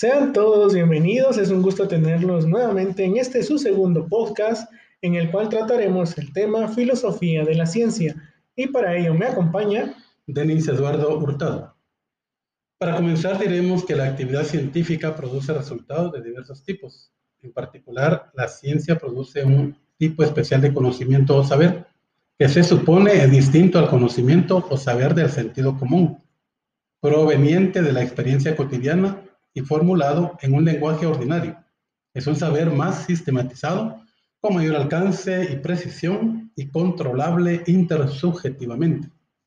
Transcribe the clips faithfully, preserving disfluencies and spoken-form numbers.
Sean todos bienvenidos, es un gusto tenerlos nuevamente en este su segundo podcast en el cual trataremos el tema filosofía de la ciencia y para ello me acompaña Denis Eduardo Hurtado. Para comenzar diremos que la actividad científica produce resultados de diversos tipos. En particular, la ciencia produce un tipo especial de conocimiento o saber que se supone es distinto al conocimiento o saber del sentido común, proveniente de la experiencia cotidiana y formulado en un lenguaje ordinario. Es un saber más sistematizado, con mayor alcance y precisión y controlable intersubjetivamente.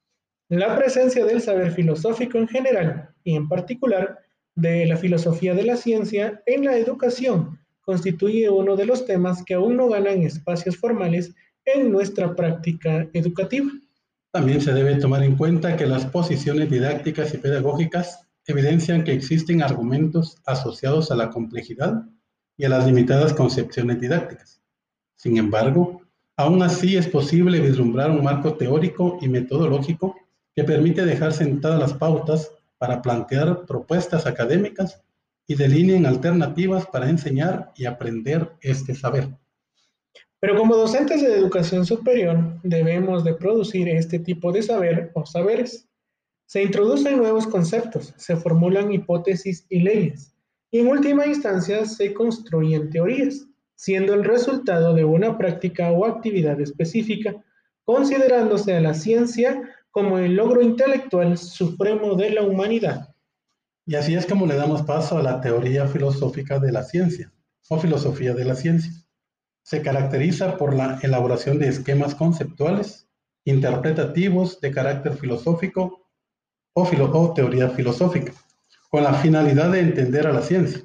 la presencia del saber filosófico en general y en particular de la filosofía de la ciencia en la educación constituye uno de los temas que aún no ganan espacios formales en nuestra práctica educativa. También se debe tomar en cuenta que las posiciones didácticas y pedagógicas evidencian que existen argumentos asociados a la complejidad y a las limitadas concepciones didácticas. Sin embargo, aún así es posible vislumbrar un marco teórico y metodológico que permite dejar sentadas las pautas para plantear propuestas académicas y delineen alternativas para enseñar y aprender este saber. Pero como docentes de educación superior debemos de producir este tipo de saber o saberes. Se introducen nuevos conceptos, se formulan hipótesis y leyes, y en última instancia se construyen teorías, siendo el resultado de una práctica o actividad específica, considerándose a la ciencia como el logro intelectual supremo de la humanidad. Y así es como le damos paso a la teoría filosófica de la ciencia, o filosofía de la ciencia. Se caracteriza por la elaboración de esquemas conceptuales, interpretativos de carácter filosófico o, filo o teoría filosófica, con la finalidad de entender a la ciencia.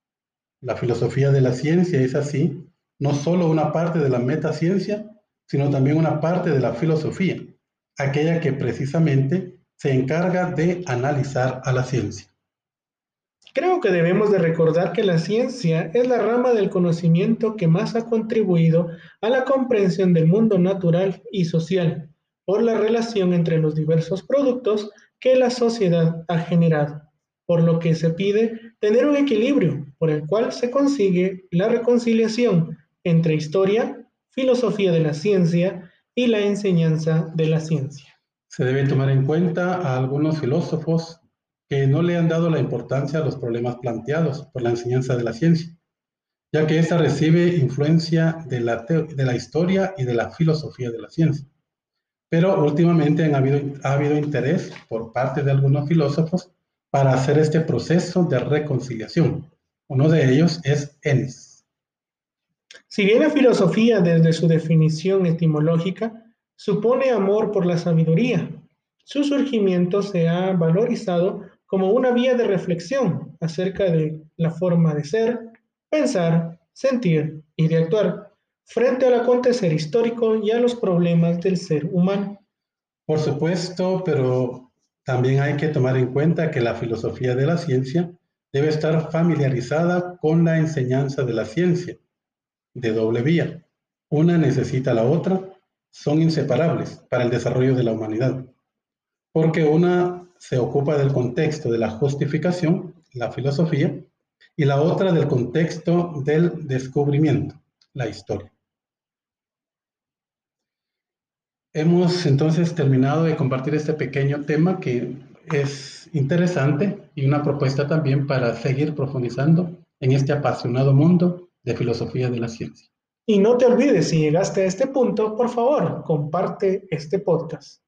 La filosofía de la ciencia es así, no solo una parte de la metaciencia, sino también una parte de la filosofía, aquella que precisamente se encarga de analizar a la ciencia. Creo que debemos de recordar que la ciencia es la rama del conocimiento que más ha contribuido a la comprensión del mundo natural y social, por la relación entre los diversos productos que la sociedad ha generado, por lo que se pide tener un equilibrio por el cual se consigue la reconciliación entre historia, filosofía de la ciencia y la enseñanza de la ciencia. Se debe tomar en cuenta a algunos filósofos que no le han dado la importancia a los problemas planteados por la enseñanza de la ciencia, ya que ésta recibe influencia de la, de la historia y de la filosofía de la ciencia. Pero últimamente han habido, ha habido interés por parte de algunos filósofos para hacer este proceso de reconciliación. Uno de ellos es Ennis. Si bien la filosofía, desde su definición etimológica, supone amor por la sabiduría, su surgimiento se ha valorizado como una vía de reflexión acerca de la forma de ser, pensar, sentir y de actuar frente al acontecer histórico y a los problemas del ser humano. Por supuesto, pero también hay que tomar en cuenta que la filosofía de la ciencia debe estar familiarizada con la enseñanza de la ciencia, de doble vía. Una necesita la otra, son inseparables para el desarrollo de la humanidad, porque una se ocupa del contexto de la justificación, la filosofía, y la otra del contexto del descubrimiento, la historia. Hemos entonces terminado de compartir este pequeño tema que es interesante y una propuesta también para seguir profundizando en este apasionado mundo de filosofía de la ciencia. Y no te olvides, si llegaste a este punto, por favor, comparte este podcast.